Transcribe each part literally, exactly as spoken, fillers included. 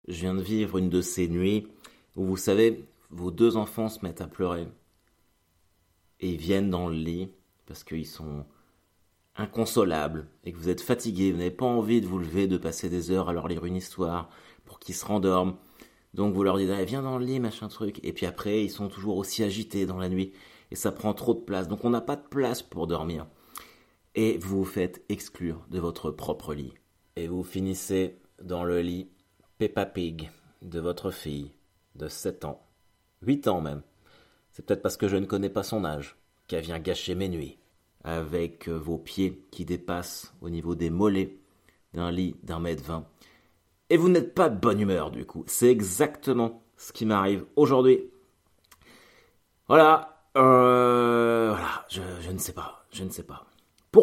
je viens de vivre une de ces nuits où, vous savez, vos deux enfants se mettent à pleurer et ils viennent dans le lit parce qu'ils sont inconsolables et que vous êtes fatigués, vous n'avez pas envie de vous lever, de passer des heures à leur lire une histoire pour qu'ils se rendorment. Donc vous leur dites, eh, viens dans le lit, machin truc. Et puis après, ils sont toujours aussi agités dans la nuit et ça prend trop de place. Donc on n'a pas de place pour dormir. Et vous vous faites exclure de votre propre lit. Et vous finissez dans le lit Peppa Pig de votre fille de sept ans, huit ans même. C'est peut-être parce que je ne connais pas son âge qu'elle vient gâcher mes nuits. Avec vos pieds qui dépassent au niveau des mollets d'un lit d'un mètre vingt. Et vous n'êtes pas de bonne humeur du coup. C'est exactement ce qui m'arrive aujourd'hui. Voilà. Euh, voilà. Je, je ne sais pas. Je ne sais pas. Pourquoi ?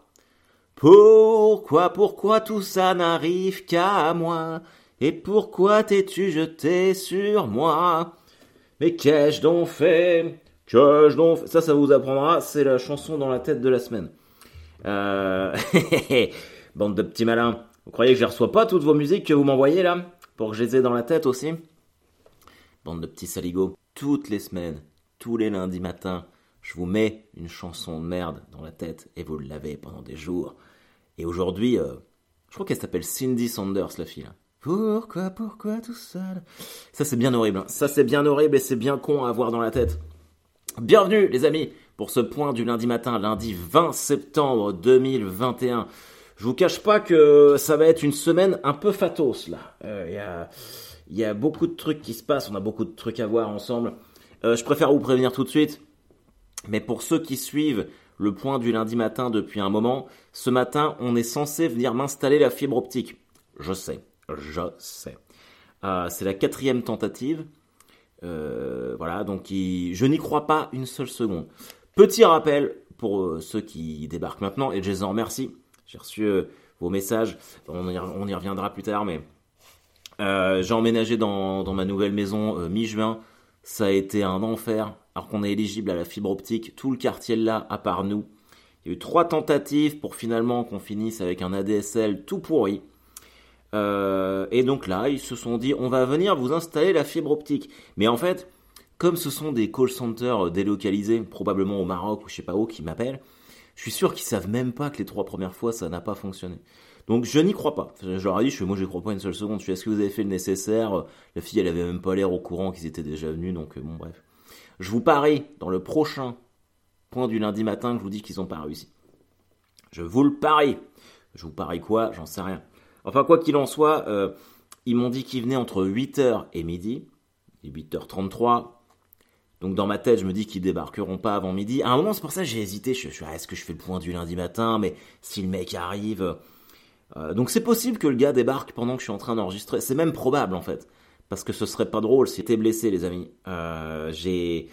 Pourquoi, pourquoi tout ça n'arrive qu'à moi ? Et pourquoi t'es-tu jeté sur moi ? Mais qu'ai-je donc fait ? Qu'ai-je donc fait ? Ça, ça vous apprendra. C'est la chanson dans la tête de la semaine. Euh... Bande de petits malins. Vous croyez que je ne reçois pas toutes vos musiques que vous m'envoyez là ? Pour que je les ai dans la tête aussi ? Bande de petits saligots. Toutes les semaines, tous les lundis matins, je vous mets une chanson de merde dans la tête et vous l'avez pendant des jours. Et aujourd'hui, euh, je crois qu'elle s'appelle Cindy Sanders, la fille. Là. Pourquoi, pourquoi tout seul ? Ça c'est bien horrible. Hein. Ça c'est bien horrible et c'est bien con à avoir dans la tête. Bienvenue les amis pour ce point du lundi matin, lundi vingt septembre deux mille vingt et un. Je vous cache pas que ça va être une semaine un peu fatos là. Il euh, y, a, y a beaucoup de trucs qui se passent, on a beaucoup de trucs à voir ensemble. Euh, je préfère vous prévenir tout de suite. Mais pour ceux qui suivent le point du lundi matin depuis un moment, ce matin on est censé venir m'installer la fibre optique. Je sais, je sais. Euh, c'est la quatrième tentative. Euh, voilà, donc il, je n'y crois pas une seule seconde. Petit rappel pour euh, ceux qui débarquent maintenant, et je les en remercie. J'ai reçu euh, vos messages, on y, on y reviendra plus tard, mais euh, j'ai emménagé dans, dans ma nouvelle maison euh, mi-juin. Ça a été un enfer, alors qu'on est éligible à la fibre optique. Tout le quartier là, à part nous. Il y a eu trois tentatives pour finalement qu'on finisse avec un A D S L tout pourri. Euh, et donc là, ils se sont dit, on va venir vous installer la fibre optique. Mais en fait, comme ce sont des call centers délocalisés, probablement au Maroc ou je sais pas où, qui m'appellent, je suis sûr qu'ils savent même pas que les trois premières fois, ça n'a pas fonctionné. Donc je n'y crois pas. Je leur ai dit, je fais, moi je n'y crois pas une seule seconde. Je fais, est-ce que vous avez fait le nécessaire ? La fille, elle avait même pas l'air au courant qu'ils étaient déjà venus, donc bon bref. Je vous parie, dans le prochain point du lundi matin, que je vous dis qu'ils n'ont pas réussi. Je vous le parie. Je vous parie quoi ? J'en sais rien. Enfin, quoi qu'il en soit, euh, ils m'ont dit qu'ils venaient entre huit heures et midi. Il est huit heures trente-trois. Donc dans ma tête, je me dis qu'ils débarqueront pas avant midi. À un moment, c'est pour ça que j'ai hésité. Je suis, est-ce que je fais le point du lundi matin ? Mais si le mec arrive... Euh, donc c'est possible que le gars débarque pendant que je suis en train d'enregistrer. C'est même probable, en fait. Parce que ce serait pas drôle si j'étais blessé, les amis. Euh, j'ai...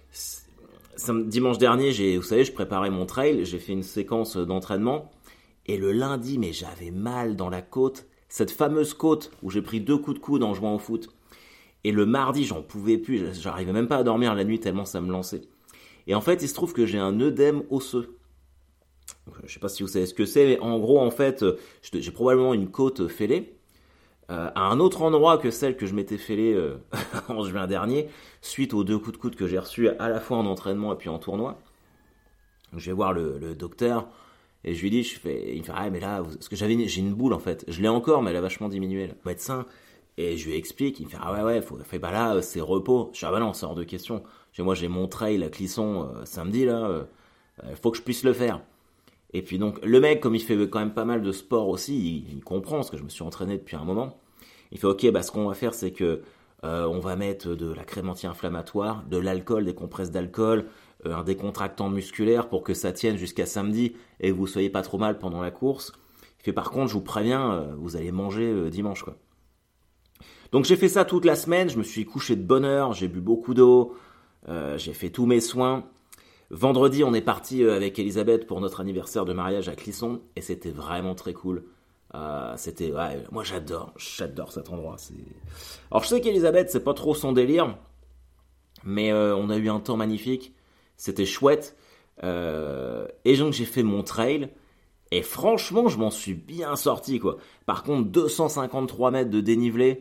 Dimanche dernier, j'ai, vous savez, je préparais mon trail. J'ai fait une séquence d'entraînement. Et le lundi, mais j'avais mal dans la côte. Cette fameuse côte où j'ai pris deux coups de coude en jouant au foot. Et le mardi, j'en pouvais plus. J'arrivais même pas à dormir la nuit tellement ça me lançait. Et en fait, il se trouve que j'ai un œdème osseux. Je sais pas si vous savez ce que c'est, mais en gros, en fait, j'ai probablement une côte fêlée. Euh, à un autre endroit que celle que je m'étais fêlée euh, en juin dernier, suite aux deux coups de coude que j'ai reçus à la fois en entraînement et puis en tournoi. Je vais voir le, le docteur. Et je lui dis, je fais, il me fait, ah, mais là, parce que j'avais, j'ai une boule, en fait. Je l'ai encore, mais elle a vachement diminué, le médecin. Et je lui explique, il me fait, ah ouais, ouais, faut, fait, bah là, c'est repos. Je dis, ah bah non, c'est hors de question. Je dis, moi, j'ai mon trail à Clisson, euh, samedi, là, euh, faut que je puisse le faire. Et puis donc, le mec, comme il fait quand même pas mal de sport aussi, il, il comprend, parce que je me suis entraîné depuis un moment. Il fait, ok, bah, ce qu'on va faire, c'est que, euh, on va mettre de la crème anti-inflammatoire, de l'alcool, des compresses d'alcool, un décontractant musculaire pour que ça tienne jusqu'à samedi et que vous soyez pas trop mal pendant la course. Il fait par contre, je vous préviens, vous allez manger dimanche quoi. Donc j'ai fait ça toute la semaine, je me suis couché de bonne heure, j'ai bu beaucoup d'eau, euh, j'ai fait tous mes soins. Vendredi, on est parti avec Elisabeth pour notre anniversaire de mariage à Clisson et c'était vraiment très cool. Euh, c'était, ouais, moi j'adore, j'adore cet endroit. C'est... Alors je sais qu'Elisabeth, c'est pas trop son délire, mais euh, on a eu un temps magnifique. C'était chouette. Euh, et donc, j'ai fait mon trail. Et franchement, je m'en suis bien sorti, quoi. Par contre, deux cent cinquante-trois mètres de dénivelé,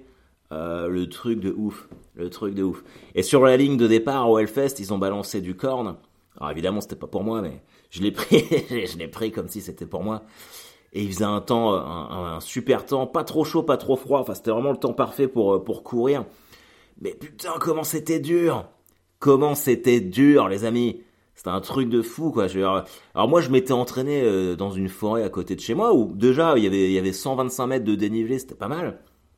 Euh, le truc de ouf, le truc de ouf. Et sur la ligne de départ au Hellfest, ils ont balancé du corn. Alors évidemment, c'était pas pour moi, mais je l'ai pris, je l'ai pris comme si c'était pour moi. Et il faisait un temps, un, un super temps, pas trop chaud, pas trop froid. Enfin, c'était vraiment le temps parfait pour pour courir. Mais putain, comment c'était dur! Comment c'était dur, les amis! C'était un truc de fou, quoi. Je veux dire, alors moi, je m'étais entraîné euh, dans une forêt à côté de chez moi où déjà il y avait il y avait cent vingt-cinq mètres de dénivelé, c'était pas mal.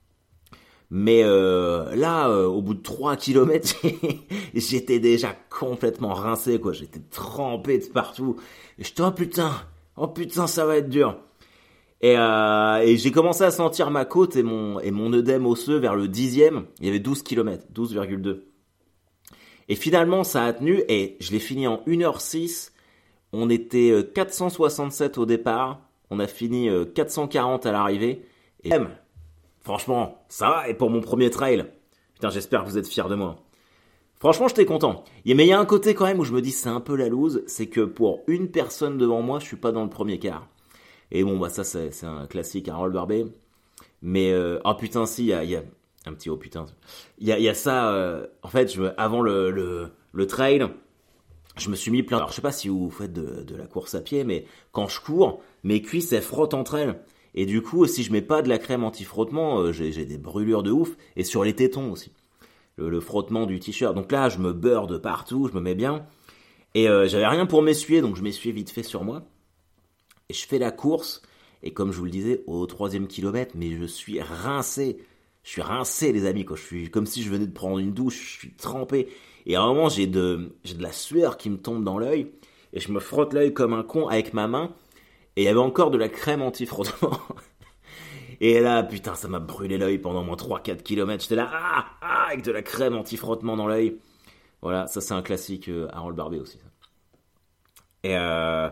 Mais euh, là, euh, au bout de trois kilomètres, j'étais déjà complètement rincé, quoi. J'étais trempé de partout. Et j'étais, oh putain, oh putain, ça va être dur. Et, euh, et j'ai commencé à sentir ma côte et mon, et mon œdème osseux vers le dixième. Il y avait douze kilomètres, douze virgule deux. Et finalement, ça a tenu et je l'ai fini en une heure six. On était quatre cent soixante-sept au départ. On a fini quatre cent quarante à l'arrivée. Et même, franchement, ça va, et pour mon premier trail. Putain, j'espère que vous êtes fiers de moi. Franchement, j'étais content. Mais il y a un côté quand même où je me dis c'est un peu la loose, c'est que pour une personne devant moi, je suis pas dans le premier quart. Et bon, bah ça, c'est, c'est un classique, Harold Barbet. Mais, euh, oh putain, si, il y a, y a un petit oh putain. Il y a, y a ça, euh, en fait, je, avant le, le, le trail, je me suis mis plein... Alors, je sais pas si vous faites de, de la course à pied, mais quand je cours, mes cuisses, elles frottent entre elles. Et du coup, si je mets pas de la crème anti-frottement, euh, j'ai, j'ai des brûlures de ouf. Et sur les tétons aussi. Le, le frottement du t-shirt. Donc là, je me beurre de partout, je me mets bien. Et euh, j'avais rien pour m'essuyer, donc je m'essuyais vite fait sur moi. Et je fais la course. Et comme je vous le disais, au troisième kilomètre, mais je suis rincé. Je suis rincé, les amis, quoi. Je suis comme si je venais de prendre une douche. Je suis trempé. Et à un moment, j'ai de, j'ai de la sueur qui me tombe dans l'œil. Et je me frotte l'œil comme un con avec ma main. Et il y avait encore de la crème anti-frottement. Et là, putain, ça m'a brûlé l'œil pendant moins trois quatre kilomètres. J'étais là, ah, ah, avec de la crème anti-frottement dans l'œil. Voilà, ça c'est un classique euh, Harold Barbet aussi. Ça. Et, euh,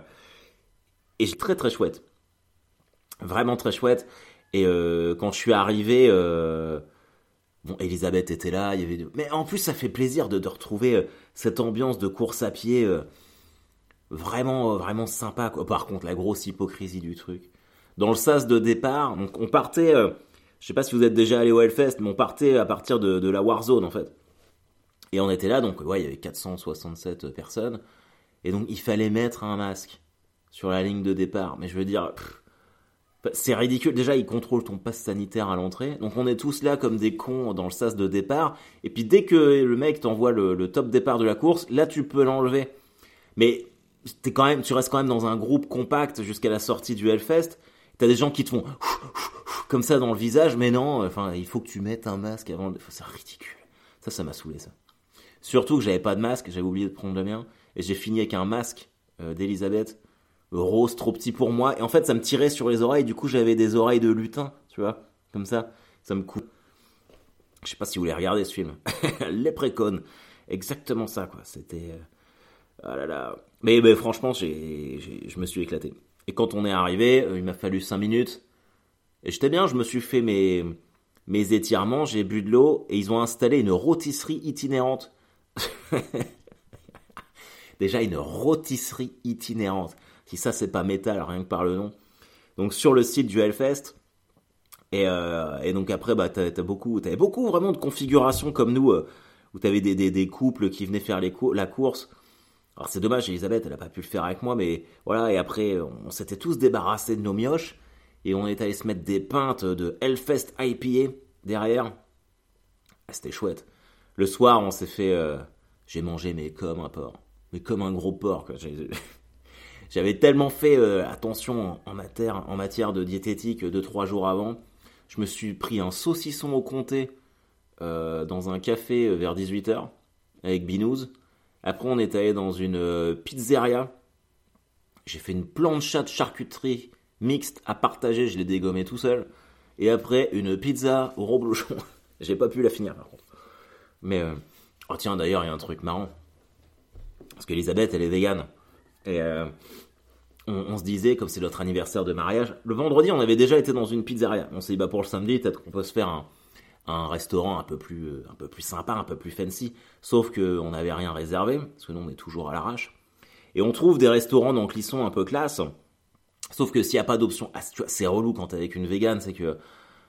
et c'est très très chouette. Vraiment très chouette. Et euh, quand je suis arrivé, euh, bon, Elisabeth était là, il y avait... Mais en plus, ça fait plaisir de, de retrouver euh, cette ambiance de course à pied... Euh, Vraiment, vraiment sympa, quoi. Par contre, la grosse hypocrisie du truc. Dans le sas de départ, donc on partait, euh, je sais pas si vous êtes déjà allé au Hellfest, mais on partait à partir de, de la Warzone, en fait. Et on était là, donc, ouais, il y avait quatre cent soixante-sept personnes. Et donc, il fallait mettre un masque sur la ligne de départ. Mais je veux dire, pff, c'est ridicule. Déjà, ils contrôlent ton passe sanitaire à l'entrée. Donc, on est tous là comme des cons dans le sas de départ. Et puis, dès que le mec t'envoie le, le top départ de la course, là, tu peux l'enlever. Mais... T'es quand même, tu restes quand même dans un groupe compact jusqu'à la sortie du Hellfest. T'as des gens qui te font comme ça dans le visage, mais non, enfin, il faut que tu mettes un masque avant. De... C'est ridicule. Ça, ça m'a saoulé, ça. Surtout que j'avais pas de masque, j'avais oublié de prendre le mien, et j'ai fini avec un masque euh, d'Elisabeth, rose, trop petit pour moi, et en fait, ça me tirait sur les oreilles. Du coup, j'avais des oreilles de lutin, tu vois, comme ça, ça me coupe. Je sais pas si vous voulez regarder ce film. Les précones, exactement ça, quoi. C'était. Euh... Ah là là. Mais, mais franchement, j'ai, j'ai, je me suis éclaté. Et quand on est arrivé, euh, il m'a fallu cinq minutes. Et j'étais bien, je me suis fait mes, mes étirements, j'ai bu de l'eau, et ils ont installé une rôtisserie itinérante. Déjà, une rôtisserie itinérante. Si ça, c'est pas métal, rien que par le nom. Donc, sur le site du Hellfest. Et, euh, et donc après, bah, t'as, t'as beaucoup, t'avais beaucoup vraiment de configurations comme nous, euh, où t'avais des, des, des couples qui venaient faire les cou- la course. Alors c'est dommage, Elisabeth, elle a pas pu le faire avec moi, mais voilà, et après, on s'était tous débarrassés de nos mioches, et on est allé se mettre des pintes de Hellfest I P A derrière. Ah, c'était chouette. Le soir, on s'est fait... Euh, j'ai mangé, mais comme un porc. Mais comme un gros porc, quoi. J'ai, j'avais tellement fait euh, attention en, en, matière, en matière de diététique deux trois jours avant. Je me suis pris un saucisson au comté euh, dans un café vers dix-huit heures, avec Binous. Après, on est allé dans une euh, pizzeria. J'ai fait une plancha de charcuterie mixte à partager. Je l'ai dégommé tout seul. Et après, une pizza au reblochon. J'ai pas pu la finir, par contre. Mais, euh... oh tiens, d'ailleurs, il y a un truc marrant. Parce qu'Elisabeth, elle est végane. Et euh, on, on se disait, comme c'est notre anniversaire de mariage, le vendredi, on avait déjà été dans une pizzeria. On s'est dit, bah pour le samedi, peut-être qu'on peut se faire un... un restaurant un peu plus un peu plus sympa, un peu plus fancy, sauf que on n'avait rien réservé parce que nous on est toujours à l'arrache. Et on trouve des restaurants dans Clisson un peu classe, sauf que s'il y a pas d'option, ah, tu vois, c'est relou quand t'es avec une végane, c'est que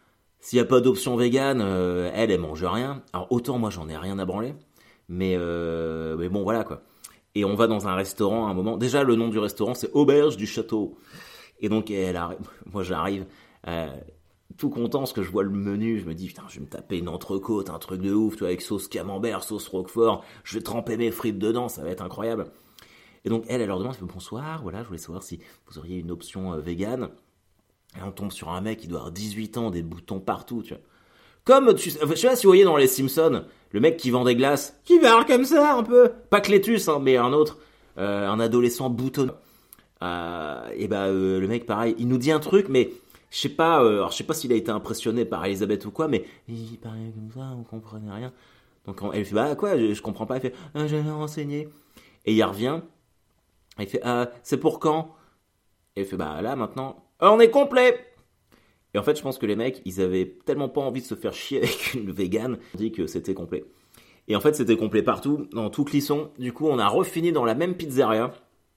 s'il n'y a pas d'option vegan, euh, elle, elle mange rien. Alors autant moi j'en ai rien à branler, mais, euh, mais bon voilà quoi. Et on va dans un restaurant à un moment. Déjà le nom du restaurant c'est Auberge du Château. Et donc elle arrive, moi j'arrive euh, tout content parce que je vois le menu, je me dis putain je vais me taper une entrecôte, un truc de ouf, tu vois, avec sauce camembert, sauce roquefort, je vais tremper mes frites dedans, ça va être incroyable. Et donc elle, elle leur demande, bonsoir, voilà, je voulais savoir si vous auriez une option euh, vegan. Et on tombe sur un mec qui doit avoir dix-huit ans, des boutons partout, tu vois. Comme, tu, je sais pas si vous voyez dans les Simpsons, le mec qui vend des glaces, qui parle comme ça un peu. Pas Clétus, hein, mais un autre, euh, un adolescent boutonneux. Euh, et bah euh, le mec pareil, il nous dit un truc, mais je sais pas, euh, alors je sais pas s'il a été impressionné par Elisabeth ou quoi, mais il parlait comme ça, on comprenait rien. Donc elle fait bah quoi, je, je comprends pas, elle fait ah, je vais renseigner. Et il revient, il fait ah c'est pour quand? Et il fait bah là maintenant, on est complet. Et en fait je pense que les mecs ils avaient tellement pas envie de se faire chier avec une végane, on dit que c'était complet. Et en fait c'était complet partout, dans tout Clisson. Du coup on a refini dans la même pizzeria.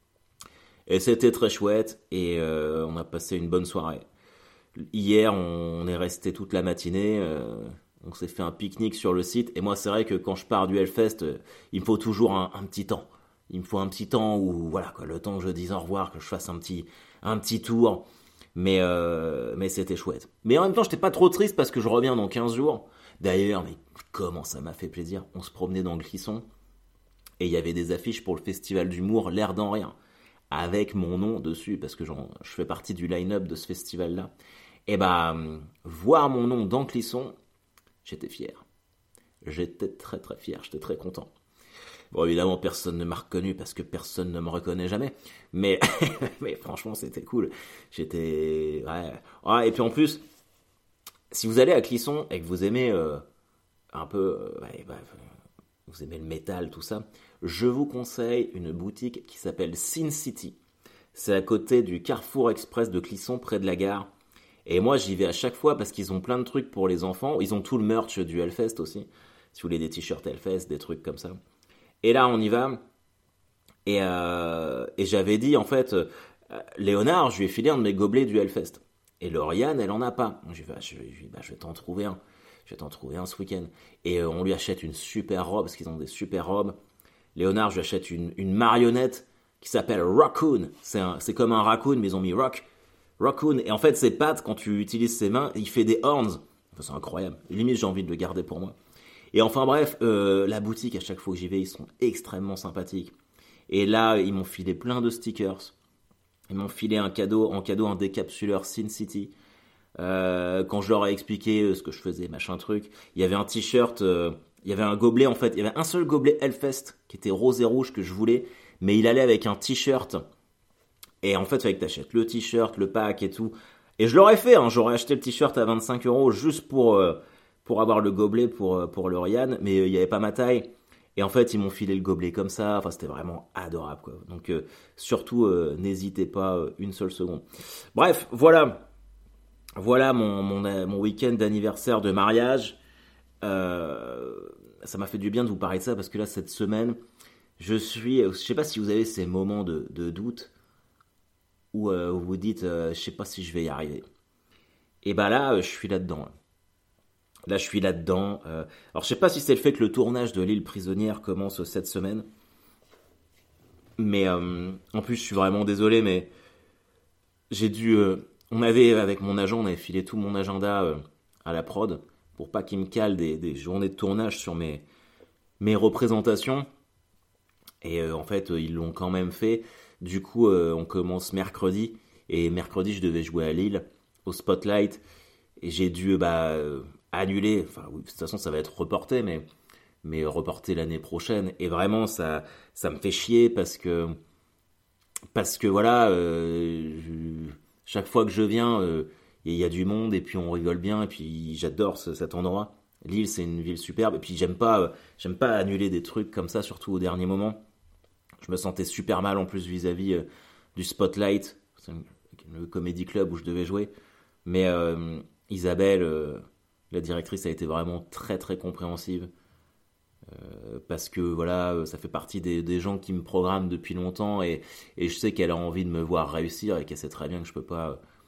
Et c'était très chouette et euh, on a passé une bonne soirée. Hier, on est resté toute la matinée, euh, on s'est fait un pique-nique sur le site. Et moi, c'est vrai que quand je pars du Hellfest, euh, il me faut toujours un, un petit temps. Il me faut un petit temps où, voilà, quoi, le temps que je dise au revoir, que je fasse un petit, un petit tour. Mais, euh, mais c'était chouette. Mais en même temps, j'étais pas trop triste parce que je reviens dans quinze jours. D'ailleurs, mais comment ça m'a fait plaisir. On se promenait dans le Clisson et il y avait des affiches pour le festival d'humour L'air d'en rire, avec mon nom dessus, parce que je fais partie du line-up de ce festival-là. Et bah, voir mon nom dans Clisson, j'étais fier. J'étais très très fier, j'étais très content. Bon, évidemment, personne ne m'a reconnu, parce que personne ne me reconnaît jamais. Mais, mais franchement, c'était cool. J'étais... Ouais. Ah, et puis en plus, si vous allez à Clisson et que vous aimez euh, un peu... Euh, ouais, bah, vous aimez le métal, tout ça, je vous conseille une boutique qui s'appelle Sin City. C'est à côté du Carrefour Express de Clisson, près de la gare. Et moi, j'y vais à chaque fois parce qu'ils ont plein de trucs pour les enfants. Ils ont tout le merch du Hellfest aussi. Si vous voulez des t-shirts Hellfest, des trucs comme ça. Et là, on y va. Et, euh, et j'avais dit, en fait, euh, Léonard, je lui ai filé un de mes gobelets du Hellfest. Et Lauriane, elle en a pas. Je lui ai dit, bah, bah, je vais t'en trouver un. Je vais t'en trouver un ce week-end. Et euh, on lui achète une super robe, parce qu'ils ont des super robes. Léonard, je lui achète une, une marionnette qui s'appelle Raccoon. C'est, un, c'est comme un raccoon, mais ils ont mis rock. Raccoon. Et en fait, ses pattes, quand tu utilises ses mains, il fait des horns. Enfin, c'est incroyable. Limite, j'ai envie de le garder pour moi. Et enfin bref, euh, la boutique, à chaque fois que j'y vais, ils sont extrêmement sympathiques. Et là, ils m'ont filé plein de stickers. Ils m'ont filé un cadeau, en cadeau un décapsuleur Sin City. Euh, quand je leur ai expliqué ce que je faisais, machin truc, il y avait un t-shirt, euh, il y avait un gobelet en fait, il y avait un seul gobelet Hellfest qui était rose et rouge que je voulais, mais il allait avec un t-shirt. Et en fait, il fallait que t'achètes le t-shirt, le pack et tout. Et je l'aurais fait, hein, j'aurais acheté le t-shirt à vingt-cinq euros juste pour, euh, pour avoir le gobelet pour, pour Lauriane, mais euh, il n'y avait pas ma taille. Et en fait, ils m'ont filé le gobelet comme ça, enfin c'était vraiment adorable quoi. Donc euh, surtout, euh, n'hésitez pas euh, une seule seconde. Bref, voilà. Voilà mon, mon, mon week-end d'anniversaire de mariage. Euh, ça m'a fait du bien de vous parler de ça parce que là, cette semaine, je suis... Je sais pas si vous avez ces moments de, de doute où euh, vous vous dites euh, je sais pas si je vais y arriver. Et bah là, je suis là-dedans. Là, je suis là-dedans. Euh, alors, je sais pas si c'est le fait que le tournage de l'île prisonnière commence cette semaine. Mais euh, en plus, je suis vraiment désolé, mais j'ai dû... Euh, On avait, avec mon agent, on avait filé tout mon agenda euh, à la prod pour pas qu'il me cale des, des journées de tournage sur mes, mes représentations. Et euh, en fait, euh, ils l'ont quand même fait. Du coup, euh, on commence mercredi. Et mercredi, je devais jouer à Lille, au Spotlight. Et j'ai dû bah, euh, annuler. Enfin, oui, de toute façon, ça va être reporté, mais, mais reporté l'année prochaine. Et vraiment, ça, ça me fait chier parce que, parce que voilà... Euh, je, Chaque fois que je viens, il euh, y a du monde et puis on rigole bien et puis j'adore ce, cet endroit. Lille, c'est une ville superbe et puis j'aime pas, euh, j'aime pas annuler des trucs comme ça, surtout au dernier moment. Je me sentais super mal en plus vis-à-vis euh, du Spotlight, c'est le comedy club où je devais jouer. Mais euh, Isabelle, euh, la directrice, a été vraiment très très compréhensive. Euh, parce que voilà, ça fait partie des, des gens qui me programment depuis longtemps et, et je sais qu'elle a envie de me voir réussir et qu'elle sait très bien que je peux pas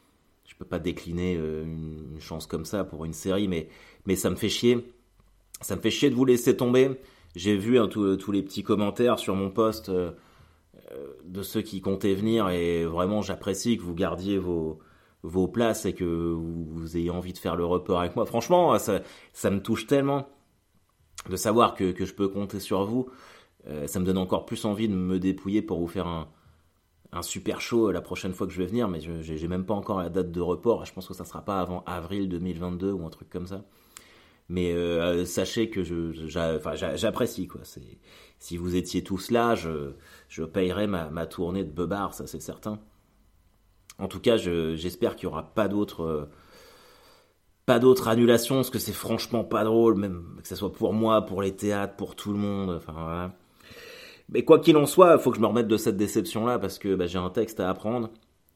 je peux pas décliner euh, une, une chance comme ça pour une série, mais, mais ça me fait chier. Ça me fait chier de vous laisser tomber. J'ai vu hein, tous les petits commentaires sur mon post euh, de ceux qui comptaient venir et vraiment j'apprécie que vous gardiez vos, vos places et que vous, vous ayez envie de faire le report avec moi. Franchement, ça, ça me touche tellement de savoir que, que je peux compter sur vous. Euh, ça me donne encore plus envie de me dépouiller pour vous faire un, un super show la prochaine fois que je vais venir, mais je, j'ai même pas encore la date de report. Je pense que ça sera pas avant avril deux mille vingt-deux ou un truc comme ça. Mais euh, sachez que je, j'a, enfin, j'a, j'apprécie quoi. C'est, si vous étiez tous là, je, je payerai ma, ma tournée de beubard, ça c'est certain. En tout cas, je, j'espère qu'il y aura pas d'autres, euh, pas d'autres annulations, parce que c'est franchement pas drôle, même que ce soit pour moi, pour les théâtres, pour tout le monde. Enfin voilà. Mais quoi qu'il en soit, il faut que je me remette de cette déception-là parce que bah, j'ai un texte à apprendre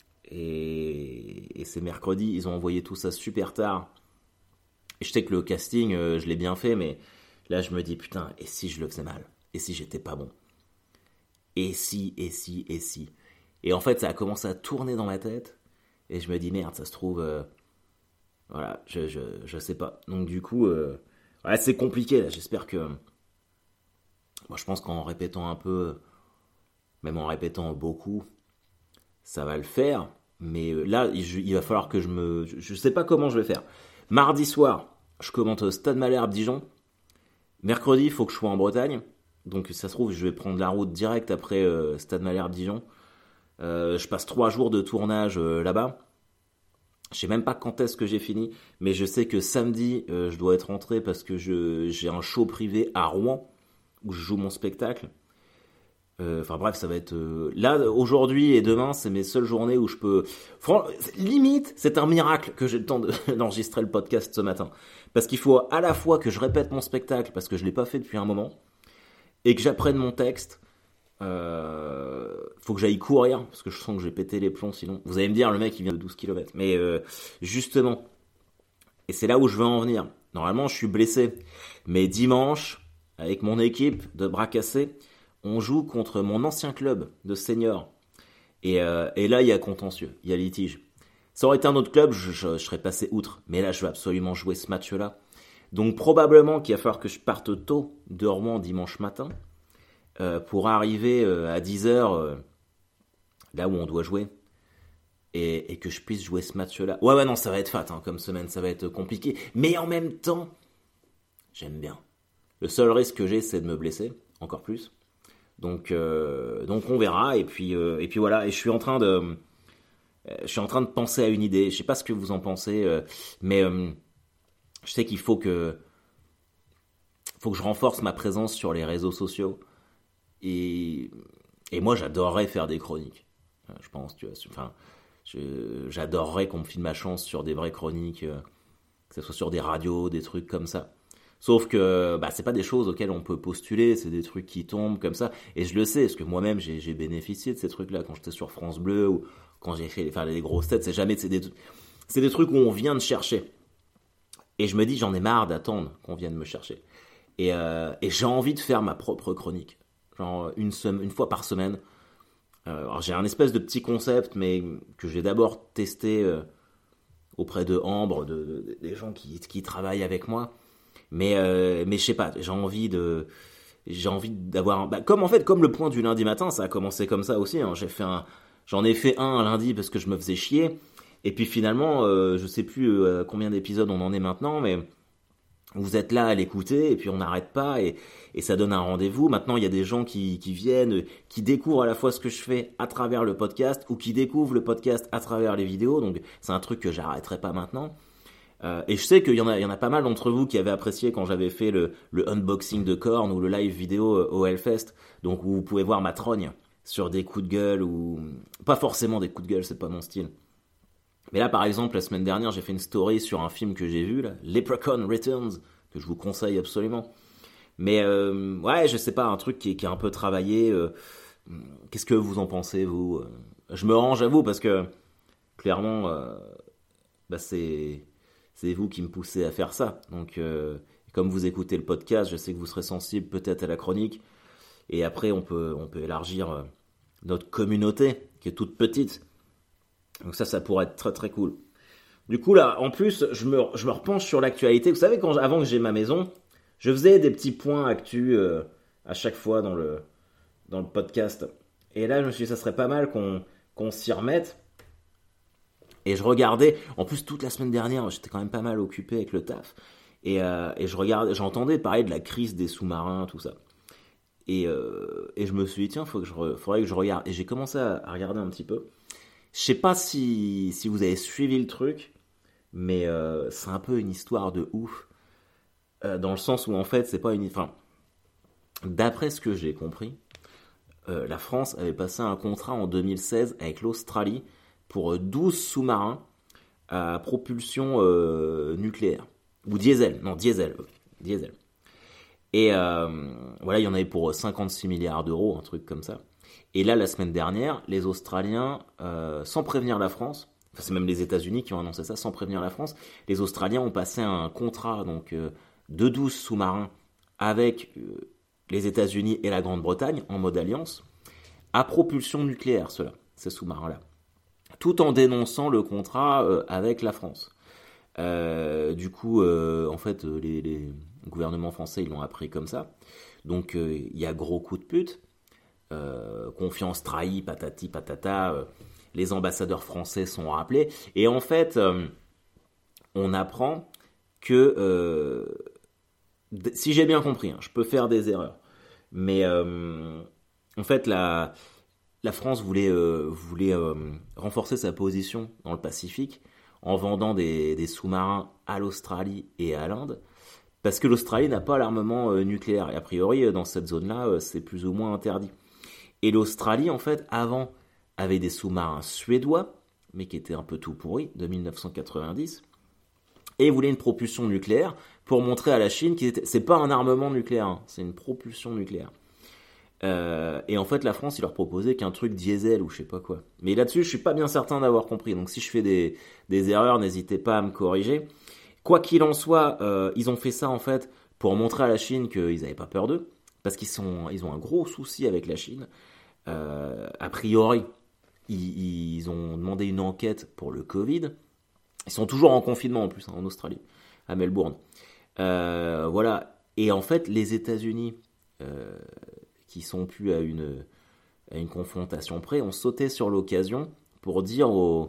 et, et c'est mercredi. Ils ont envoyé tout ça super tard. Et je sais que le casting, euh, je l'ai bien fait, mais là, je me dis, putain, et si je le faisais mal? Et si j'étais pas bon? Et si, et si, et si? Et en fait, ça a commencé à tourner dans ma tête, et je me dis, merde, ça se trouve... Euh, voilà, je, je, je sais pas. Donc du coup, euh, ouais, c'est compliqué, là. J'espère que... Moi, je pense qu'en répétant un peu, même en répétant beaucoup, ça va le faire. Mais là, il, il va falloir que je me... Je, je sais pas comment je vais faire. Mardi soir, je commente Stade Malherbe Dijon. Mercredi, il faut que je sois en Bretagne. Donc ça se trouve, je vais prendre la route direct après euh, Stade Malherbe Dijon. Euh, je passe trois jours de tournage euh, là-bas. Je sais même pas quand est-ce que j'ai fini, mais je sais que samedi, euh, je dois être rentré parce que je, j'ai un show privé à Rouen où je joue mon spectacle. Enfin euh, bref, ça va être... Euh... Là, aujourd'hui et demain, c'est mes seules journées où je peux... Fran... Limite, c'est un miracle que j'ai le temps de... d'enregistrer le podcast ce matin. Parce qu'il faut à la fois que je répète mon spectacle, parce que je ne l'ai pas fait depuis un moment, et que j'apprenne mon texte. Euh... Faut que j'aille courir, parce que je sens que j'ai pété les plombs sinon. Vous allez me dire, le mec, il vient de douze kilomètres. Mais euh, justement, et c'est là où je veux en venir. Normalement, je suis blessé. Mais dimanche, avec mon équipe de bras cassés, on joue contre mon ancien club de seniors. Et, euh, et là, il y a contentieux, il y a litige. Ça aurait été un autre club, je, je, je serais passé outre. Mais là, je veux absolument jouer ce match-là. Donc probablement qu'il va falloir que je parte tôt de Rouen dimanche matin euh, pour arriver euh, à dix heures euh, là où on doit jouer. Et, et que je puisse jouer ce match-là. Ouais, ouais, non, ça va être fat hein, comme semaine, ça va être compliqué. Mais en même temps, j'aime bien. Le seul risque que j'ai, c'est de me blesser, encore plus. Donc, euh, donc on verra et puis euh, et puis voilà. Et je suis en train de euh, je suis en train de penser à une idée. Je sais pas ce que vous en pensez, euh, mais euh, je sais qu'il faut que faut que je renforce ma présence sur les réseaux sociaux. Et et moi j'adorerais faire des chroniques. Je pense, tu vois. Enfin, je, j'adorerais qu'on me file ma chance sur des vraies chroniques, euh, que ce soit sur des radios, des trucs comme ça. Sauf que bah, c'est pas des choses auxquelles on peut postuler, c'est des trucs qui tombent comme ça. Et je le sais, parce que moi-même j'ai, j'ai bénéficié de ces trucs-là quand j'étais sur France Bleu ou quand j'ai fait enfin, les grosses têtes. C'est jamais c'est des, c'est des trucs où on vient de chercher. Et je me dis, j'en ai marre d'attendre qu'on vienne me chercher. Et, euh, et j'ai envie de faire ma propre chronique. Genre une, sem- une fois par semaine. Euh, alors j'ai un espèce de petit concept, mais que j'ai d'abord testé euh, auprès de Ambre, de, de, des gens qui, qui travaillent avec moi. Mais, euh, mais je sais pas, j'ai envie de, j'ai envie d'avoir, bah, comme en fait, comme le point du lundi matin, ça a commencé comme ça aussi. Hein. J'ai fait un, j'en ai fait un un lundi parce que je me faisais chier. Et puis finalement, euh, je sais plus euh, combien d'épisodes on en est maintenant, mais vous êtes là à l'écouter et puis on n'arrête pas et, et ça donne un rendez-vous. Maintenant, il y a des gens qui, qui viennent, qui découvrent à la fois ce que je fais à travers le podcast ou qui découvrent le podcast à travers les vidéos. Donc c'est un truc que j'arrêterai pas maintenant. Euh, et je sais qu'il y en a, il y en a pas mal d'entre vous qui avaient apprécié quand j'avais fait le, le unboxing de Korn ou le live vidéo au Hellfest. Donc où vous pouvez voir ma trogne sur des coups de gueule ou pas forcément des coups de gueule, c'est pas mon style. Mais là, par exemple, la semaine dernière, j'ai fait une story sur un film que j'ai vu, là, Leprechaun Returns, que je vous conseille absolument. Mais euh, ouais, je sais pas, un truc qui est, qui est un peu travaillé. Euh, qu'est-ce que vous en pensez, vous? Je me range à vous parce que clairement, euh, bah c'est c'est vous qui me poussez à faire ça. Donc, euh, comme vous écoutez le podcast, je sais que vous serez sensible peut-être à la chronique. Et après, on peut on peut élargir notre communauté qui est toute petite. Donc ça, ça pourrait être très très cool. Du coup, là, en plus, je me, je me repenche sur l'actualité. Vous savez, quand, avant que j'ai ma maison, je faisais des petits points actus euh, à chaque fois dans le, dans le podcast. Et là, je me suis dit, ça serait pas mal qu'on, qu'on s'y remette. Et je regardais, en plus, toute la semaine dernière, j'étais quand même pas mal occupé avec le taf. Et, euh, et je regardais, j'entendais parler de la crise des sous-marins, tout ça. Et, euh, et je me suis dit, tiens, faut que je re- faudrait que je regarde. Et j'ai commencé à, à regarder un petit peu. Je sais pas si, si vous avez suivi le truc, mais euh, c'est un peu une histoire de ouf. Euh, dans le sens où, en fait, c'est pas une. Enfin, d'après ce que j'ai compris, euh, la France avait passé un contrat en deux mille seize avec l'Australie pour douze sous-marins à propulsion euh, nucléaire. Ou diesel, non, diesel. euh, diesel. Et euh, voilà, il y en avait pour cinquante-six milliards d'euros, un truc comme ça. Et là, la semaine dernière, les Australiens, euh, sans prévenir la France, enfin c'est même les États-Unis qui ont annoncé ça, sans prévenir la France, les Australiens ont passé un contrat donc euh, de douze sous-marins avec euh, les États-Unis et la Grande-Bretagne en mode alliance, à propulsion nucléaire, ceux-là, ces sous-marins-là, tout en dénonçant le contrat euh, avec la France. Euh, du coup, euh, en fait, euh, les, les gouvernements français, ils l'ont appris comme ça. Donc, euh, il y a gros coup de pute. Euh, confiance trahie, patati patata. Euh, les ambassadeurs français sont rappelés. Et en fait, euh, on apprend que, euh, d- si j'ai bien compris, hein, je peux faire des erreurs, mais euh, en fait, la, la France voulait, euh, voulait euh, renforcer sa position dans le Pacifique en vendant des, des sous-marins à l'Australie et à l'Inde, parce que l'Australie n'a pas l'armement euh, nucléaire. Et a priori, euh, dans cette zone-là, euh, c'est plus ou moins interdit. Et l'Australie, en fait, avant, avait des sous-marins suédois, mais qui étaient un peu tout pourris, de mille neuf cent quatre-vingt-dix, et voulait une propulsion nucléaire pour montrer à la Chine que c'est pas un armement nucléaire, hein, c'est une propulsion nucléaire. Euh, et en fait, la France, il leur proposait qu'un truc diesel ou je sais pas quoi. Mais là-dessus, je suis pas bien certain d'avoir compris. Donc, si je fais des, des erreurs, n'hésitez pas à me corriger. Quoi qu'il en soit, euh, ils ont fait ça en fait pour montrer à la Chine qu'ils n'avaient pas peur d'eux, parce qu'ils sont, ils ont un gros souci avec la Chine. Euh, a priori, ils, ils ont demandé une enquête pour le Covid. Ils sont toujours en confinement en plus, hein, en Australie, à Melbourne. Euh, voilà. Et en fait, les États-Unis, euh, qui sont plus à une, à une confrontation près, ont sauté sur l'occasion pour dire aux,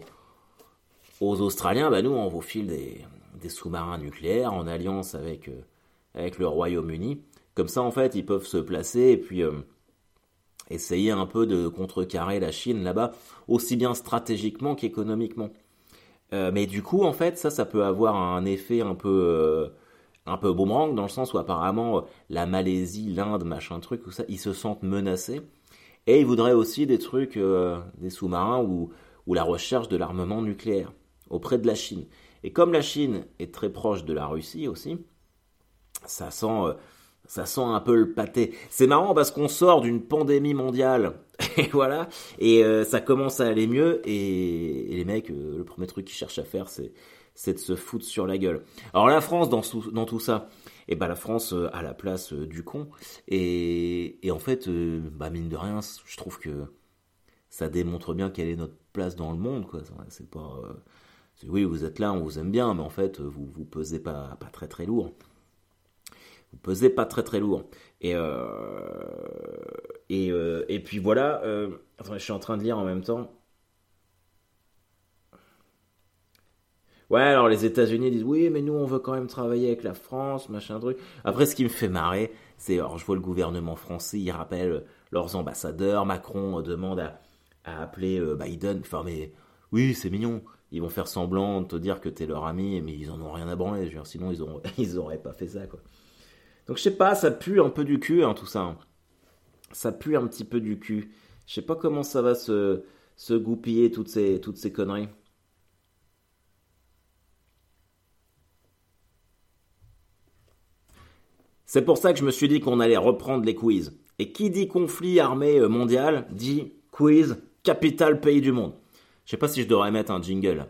aux Australiens, bah nous, on vous file des, des sous-marins nucléaires en alliance avec, euh, avec le Royaume-Uni. Comme ça, en fait, ils peuvent se placer et puis euh, essayer un peu de contrecarrer la Chine là-bas, aussi bien stratégiquement qu'économiquement. Euh, mais du coup, en fait, ça, ça peut avoir un effet un peu, euh, un peu boomerang, dans le sens où apparemment, euh, la Malaisie, l'Inde, machin truc, tout ça, ils se sentent menacés. Et ils voudraient aussi des trucs, euh, des sous-marins ou, ou la recherche de l'armement nucléaire auprès de la Chine. Et comme la Chine est très proche de la Russie aussi, ça sent, euh, ça sent un peu le pâté. C'est marrant parce qu'on sort d'une pandémie mondiale, et voilà, et euh, ça commence à aller mieux, et, et les mecs, euh, le premier truc qu'ils cherchent à faire, c'est, c'est de se foutre sur la gueule. Alors la France, dans, sou- dans tout ça, et ben la France euh, a la place euh, du con, et, et en fait, euh, bah mine de rien, je trouve que ça démontre bien quelle est notre place dans le monde, quoi. C'est pas, euh, c'est, oui, vous êtes là, on vous aime bien, mais en fait, vous vous pesez pas, pas très très lourd. Vous pesez pas très très lourd. Et euh, et, euh, et puis voilà. Euh, attendez, je suis en train de lire en même temps. Ouais, alors les États-Unis disent oui, mais nous on veut quand même travailler avec la France, machin truc. Après, ce qui me fait marrer, c'est, alors je vois le gouvernement français, ils rappellent leurs ambassadeurs. Macron euh, demande à, à appeler euh, Biden. Enfin, mais oui, c'est mignon. Ils vont faire semblant de te dire que t'es leur ami, mais ils en ont rien à branler. Je veux dire, sinon ils ont, ils auraient pas fait ça, quoi. Donc je sais pas, ça pue un peu du cul, hein, tout ça, hein. Ça pue un petit peu du cul. Je sais pas comment ça va se, se goupiller toutes ces, toutes ces conneries. C'est pour ça que je me suis dit qu'on allait reprendre les quiz. Et qui dit conflit armé euh, mondial dit quiz capital pays du monde. Je sais pas si je devrais mettre un jingle.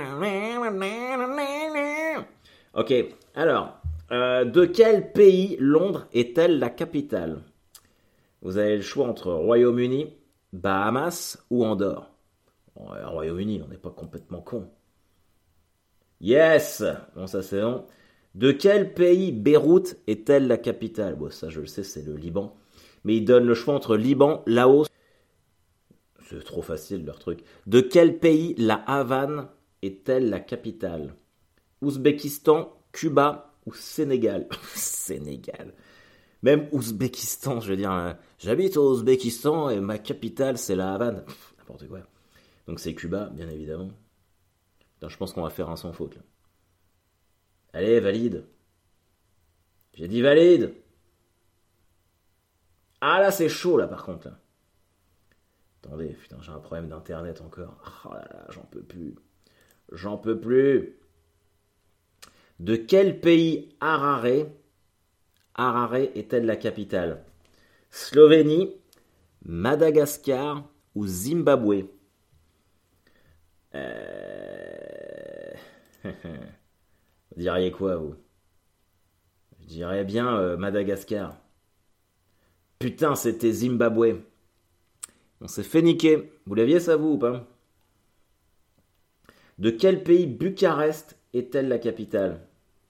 Ok, alors, euh, de quel pays Londres est-elle la capitale? Vous avez le choix entre Royaume-Uni, Bahamas ou Andorre. Bon, euh, Royaume-Uni, on n'est pas complètement con. Yes. Bon, ça c'est bon. De quel pays Beyrouth est-elle la capitale? Bon, ça je le sais, c'est le Liban. Mais ils donnent le choix entre Liban, Laos. C'est trop facile leur truc. De quel pays la Havane est-elle la capitale? Ouzbékistan, Cuba ou Sénégal? Sénégal. Même Ouzbékistan, je veux dire, euh, j'habite au Ouzbékistan et ma capitale c'est la Havane. Pff, n'importe quoi. Donc c'est Cuba, bien évidemment. Putain, je pense qu'on va faire un sans faute là. Allez, valide. J'ai dit valide. Ah là, c'est chaud là par contre là. Attendez, putain, j'ai un problème d'internet encore. Oh là là, j'en peux plus. J'en peux plus. De quel pays Harare, Harare est-elle la capitale? Slovénie, Madagascar ou Zimbabwe? Euh... Vous diriez quoi, vous? Je dirais bien euh, Madagascar. Putain, c'était Zimbabwe. On s'est fait niquer. Vous l'aviez ça, vous, ou pas? De quel pays Bucarest est-elle la capitale?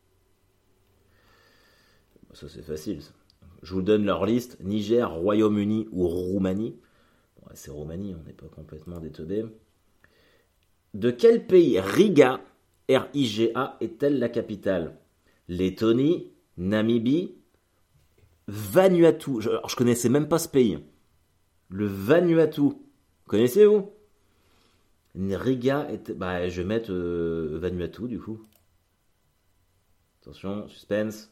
Ça, c'est facile, ça. Je vous donne leur liste. Niger, Royaume-Uni ou Roumanie. Bon, c'est Roumanie, on n'est pas complètement déteubé. De quel pays Riga, R I G A, est-elle la capitale? Lettonie, Namibie, Vanuatu. Je, alors, je connaissais même pas ce pays. Le Vanuatu. Connaissez-vous? Riga est... Bah, je vais mettre euh, Vanuatu, du coup. Attention, suspense.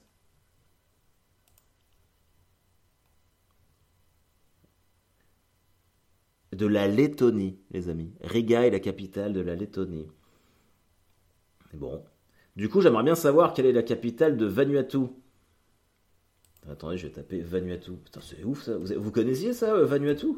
De la Lettonie, les amis. Riga est la capitale de la Lettonie. Bon. Du coup, j'aimerais bien savoir quelle est la capitale de Vanuatu. Attendez, je vais taper Vanuatu. Putain, c'est ouf ça. Vous, vous connaissiez ça, euh, Vanuatu?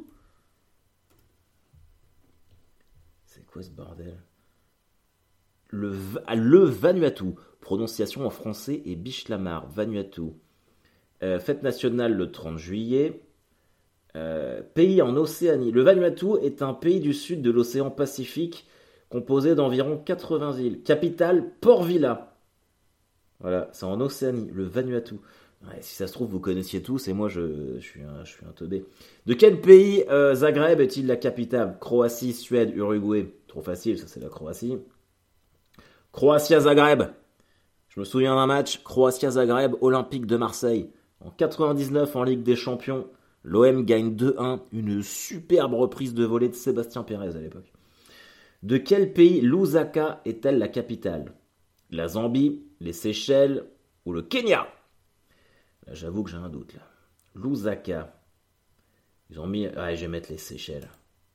C'est quoi ce bordel? Le, le Vanuatu. Prononciation en français et Bichlamar. Vanuatu. Euh, fête nationale le trente juillet. Euh, pays en Océanie. Le Vanuatu est un pays du sud de l'océan Pacifique composé d'environ quatre-vingts îles. Capitale, Port Vila. Voilà, c'est en Océanie, le Vanuatu. Ouais, si ça se trouve, vous connaissiez tous et moi je, je, suis, un, je suis un teubé. De quel pays euh, Zagreb est-il la capitale? Croatie, Suède, Uruguay. Trop facile, ça c'est la Croatie. Croatia-Zagreb. Je me souviens d'un match, Croatia-Zagreb, Olympique de Marseille. En quatre-vingt-dix-neuf, en Ligue des Champions, l'O M gagne deux un, une superbe reprise de volée de Sébastien Pérez à l'époque. De quel pays Lusaka est-elle la capitale? La Zambie, les Seychelles ou le Kenya? Là, j'avoue que j'ai un doute là. Lusaka. Ils ont mis... Ouais, je vais mettre les Seychelles.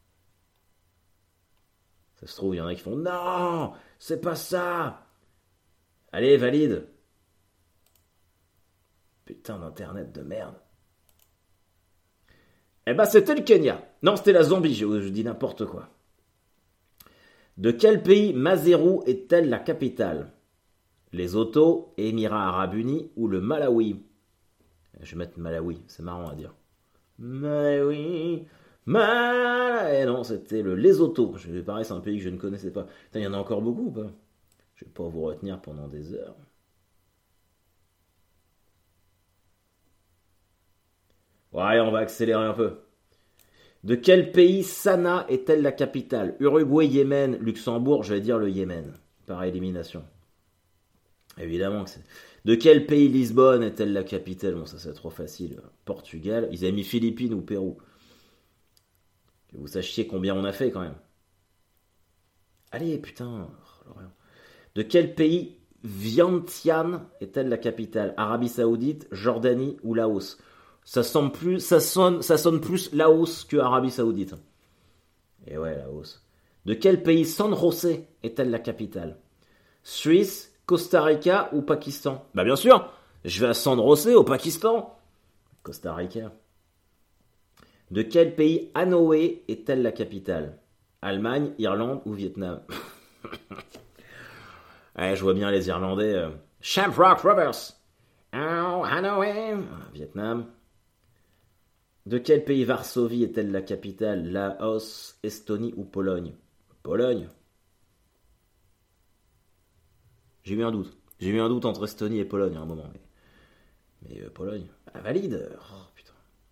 Ça se trouve, il y en a qui font... Non, c'est pas ça. Allez, valide. Putain d'internet de merde. Eh ben, c'était le Kenya. Non, c'était la Zambie, je, je dis n'importe quoi. De quel pays Maseru est-elle la capitale? Les Otto, Émirats Arabes Unis ou le Malawi? Je vais mettre Malawi, c'est marrant à dire. Malawi, Malawi. Eh non, c'était le Lesotho. Je vais pareil, c'est un pays que je ne connaissais pas. Putain, il y en a encore beaucoup ou pas? Je vais pas vous retenir pendant des heures. Ouais, on va accélérer un peu. De quel pays Sanaa est-elle la capitale? Uruguay, Yémen, Luxembourg, je vais dire le Yémen, par élimination. Évidemment que c'est... De quel pays Lisbonne est-elle la capitale? Bon, ça c'est trop facile. Portugal, ils avaient mis Philippines ou Pérou. Que vous sachiez combien on a fait quand même. Allez, putain. De quel pays Vientiane est-elle la capitale? Arabie Saoudite, Jordanie ou Laos? Ça sonne plus, ça sonne, ça sonne plus Laos que Arabie Saoudite. Et ouais, Laos. De quel pays San José est-elle la capitale? Suisse, Costa Rica ou Pakistan? Bah bien sûr, je vais à San José au Pakistan. Costa Rica. De quel pays Hanoï est-elle la capitale? Allemagne, Irlande ou Vietnam? Ouais, je vois bien les Irlandais. Euh... Shamrock Rovers. Oh, Hanoï. Vietnam. De quel pays Varsovie est-elle la capitale? Laos, Estonie ou Pologne? Pologne. J'ai eu un doute. J'ai eu un doute entre Estonie et Pologne à un moment. Mais, mais euh, Pologne, ah, valide. Oh, putain.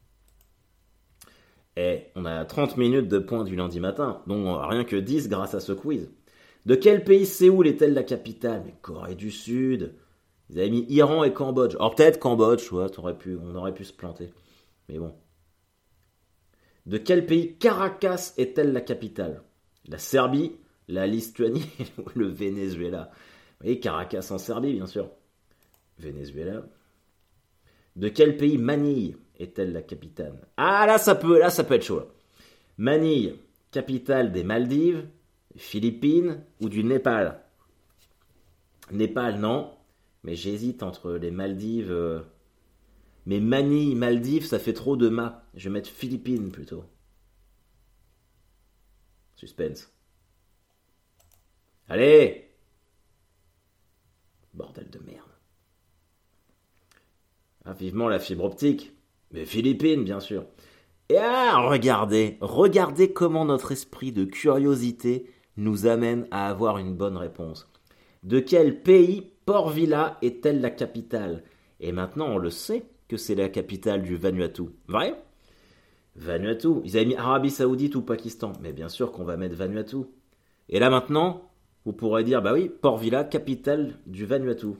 Eh, on a trente minutes de pointe du lundi matin, dont rien que dix grâce à ce quiz. De quel pays Séoul est-elle la capitale? Mais Corée du Sud. Ils avaient mis Iran et Cambodge. Alors peut-être Cambodge, ouais, t'aurais pu, on aurait pu se planter. Mais bon. De quel pays Caracas est-elle la capitale? La Serbie, la Lituanie ou le Venezuela? Vous voyez, Caracas en Serbie, bien sûr. Venezuela. De quel pays Manille est-elle la capitale? Ah, là, ça peut, là, ça peut être chaud. Là. Manille, capitale des Maldives, Philippines ou du Népal? Népal, non. Mais j'hésite entre les Maldives... Euh... Mais Manille, Maldives, ça fait trop de ma. Je vais mettre Philippines, plutôt. Suspense. Allez! Bordel de merde. Ah, vivement la fibre optique. Mais Philippines, bien sûr. Et ah, regardez, regardez comment notre esprit de curiosité nous amène à avoir une bonne réponse. De quel pays Port Vila est-elle la capitale? Et maintenant, on le sait que c'est la capitale du Vanuatu. Vrai? Vanuatu. Ils avaient mis Arabie Saoudite ou Pakistan. Mais bien sûr qu'on va mettre Vanuatu. Et là maintenant, vous pourrez dire, bah oui, Port Vila, capitale du Vanuatu.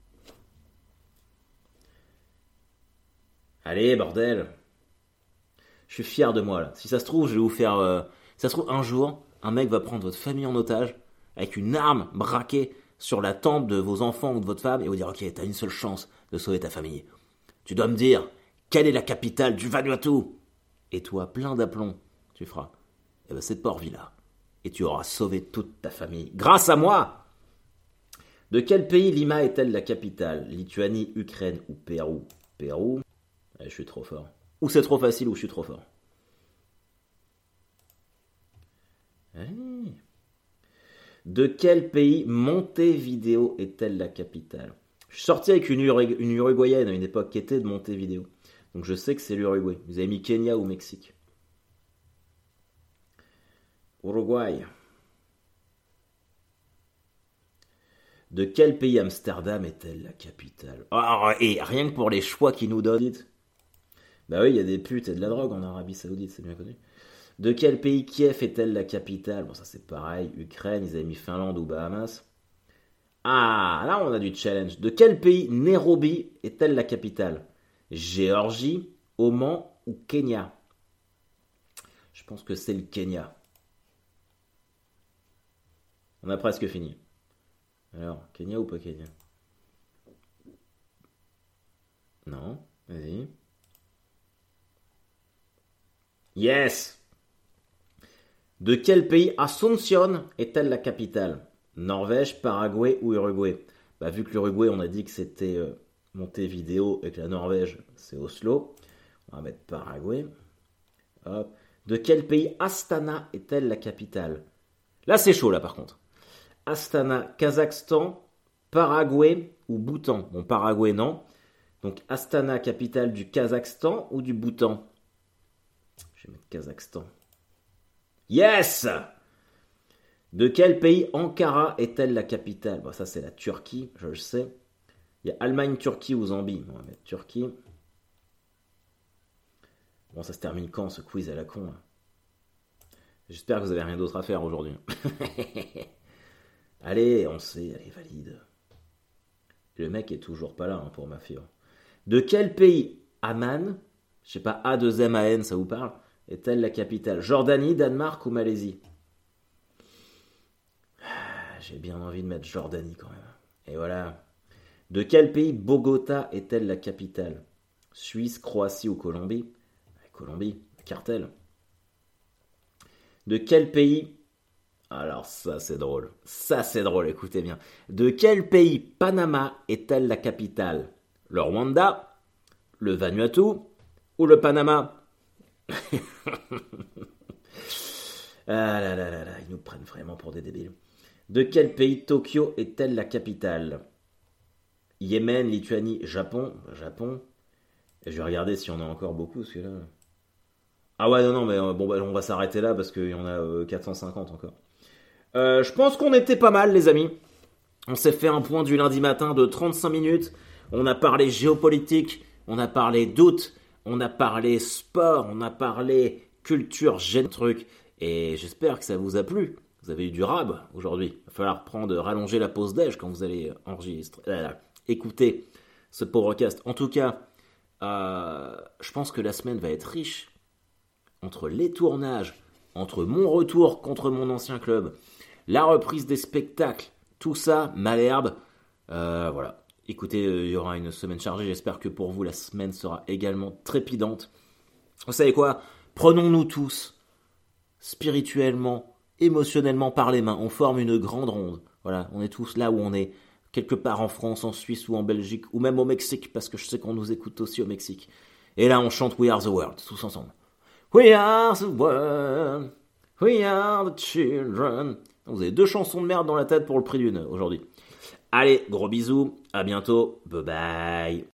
Allez, bordel. Je suis fier de moi, là. Si ça se trouve, je vais vous faire... Euh... Si ça se trouve, un jour, un mec va prendre votre famille en otage avec une arme braquée sur la tempe de vos enfants ou de votre femme et vous dire, ok, t'as une seule chance de sauver ta famille. Tu dois me dire, quelle est la capitale du Vanuatu? Et toi, plein d'aplomb, tu feras, eh ben c'est Port Vila. Et tu auras sauvé toute ta famille. Grâce à moi! De quel pays Lima est-elle la capitale? Lituanie, Ukraine ou Pérou? Pérou? Eh, je suis trop fort. Ou c'est trop facile ou je suis trop fort. Eh. De quel pays Montevideo est-elle la capitale? Je suis sorti avec une, Ur- une Uruguayenne à une époque qui était de Montevideo. Donc je sais que c'est l'Uruguay. Vous avez mis Kenya ou Mexique? Uruguay. De quel pays Amsterdam est-elle la capitale? Oh, et rien que pour les choix qu'ils nous donnent. Bah oui, il y a des putes et de la drogue en Arabie Saoudite, c'est bien connu. De quel pays Kiev est-elle la capitale? Bon, ça c'est pareil. Ukraine, ils avaient mis Finlande ou Bahamas. Ah, là on a du challenge. De quel pays Nairobi est-elle la capitale? Géorgie, Oman ou Kenya? Je pense que c'est le Kenya. On a presque fini. Alors, Kenya ou pas Kenya? Non, vas-y. Yes! De quel pays Asunción est-elle la capitale? Norvège, Paraguay ou Uruguay? Bah, vu que l'Uruguay, on a dit que c'était euh, Montevideo et que la Norvège, c'est Oslo, on va mettre Paraguay. Hop. De quel pays Astana est-elle la capitale? Là, c'est chaud, là, par contre. Astana, Kazakhstan, Paraguay ou Bhoutan? Bon, Paraguay, non. Donc, Astana, capitale du Kazakhstan ou du Bhoutan? Je vais mettre Kazakhstan. Yes! De quel pays Ankara est-elle la capitale? Bon, ça, c'est la Turquie, je le sais. Il y a Allemagne, Turquie ou Zambie. On va mettre Turquie. Bon, ça se termine quand, ce quiz à la con, là? J'espère que vous n'avez rien d'autre à faire aujourd'hui. Allez, on sait, allez, valide. Le mec est toujours pas là hein, pour ma fibre. De quel pays Amman, je sais pas, A deux M A N, ça vous parle, est-elle la capitale? Jordanie, Danemark ou Malaisie? J'ai bien envie de mettre Jordanie quand même. Et voilà. De quel pays Bogota est-elle la capitale? Suisse, Croatie ou Colombie? Colombie, cartel. De quel pays... Alors ça c'est drôle. Ça c'est drôle, écoutez bien. De quel pays Panama est-elle la capitale? Le Rwanda, le Vanuatu ou le Panama? Ah là là là là, ils nous prennent vraiment pour des débiles. De quel pays Tokyo est-elle la capitale? Yémen, Lituanie, Japon. Japon. Et je vais regarder si on a encore beaucoup, parce que là... Ah ouais, non, non, mais euh, bon, bah, on va s'arrêter là, parce qu'il y en a euh, quatre cent cinquante encore. Euh, je pense qu'on était pas mal, les amis. On s'est fait un point du lundi matin de trente-cinq minutes. On a parlé géopolitique, on a parlé doute, on a parlé sport, on a parlé culture, gêne truc. Et j'espère que ça vous a plu. Vous avez eu du rab aujourd'hui. Il va falloir prendre, rallonger la pause déj quand vous allez enregistrer, euh, écouter ce podcast. En tout cas, euh, je pense que la semaine va être riche. Entre les tournages, entre mon retour contre mon ancien club, la reprise des spectacles, tout ça, Malherbe. Euh, voilà. Écoutez, euh, il y aura une semaine chargée. J'espère que pour vous, la semaine sera également trépidante. Vous savez quoi ? Prenons-nous tous, spirituellement, émotionnellement par les mains. On forme une grande ronde. Voilà, on est tous là où on est. Quelque part en France, en Suisse ou en Belgique, ou même au Mexique, parce que je sais qu'on nous écoute aussi au Mexique. Et là, on chante We Are the World, tous ensemble. We are the world, we are the children. Vous avez deux chansons de merde dans la tête pour le prix d'une aujourd'hui. Allez, gros bisous, à bientôt, bye bye.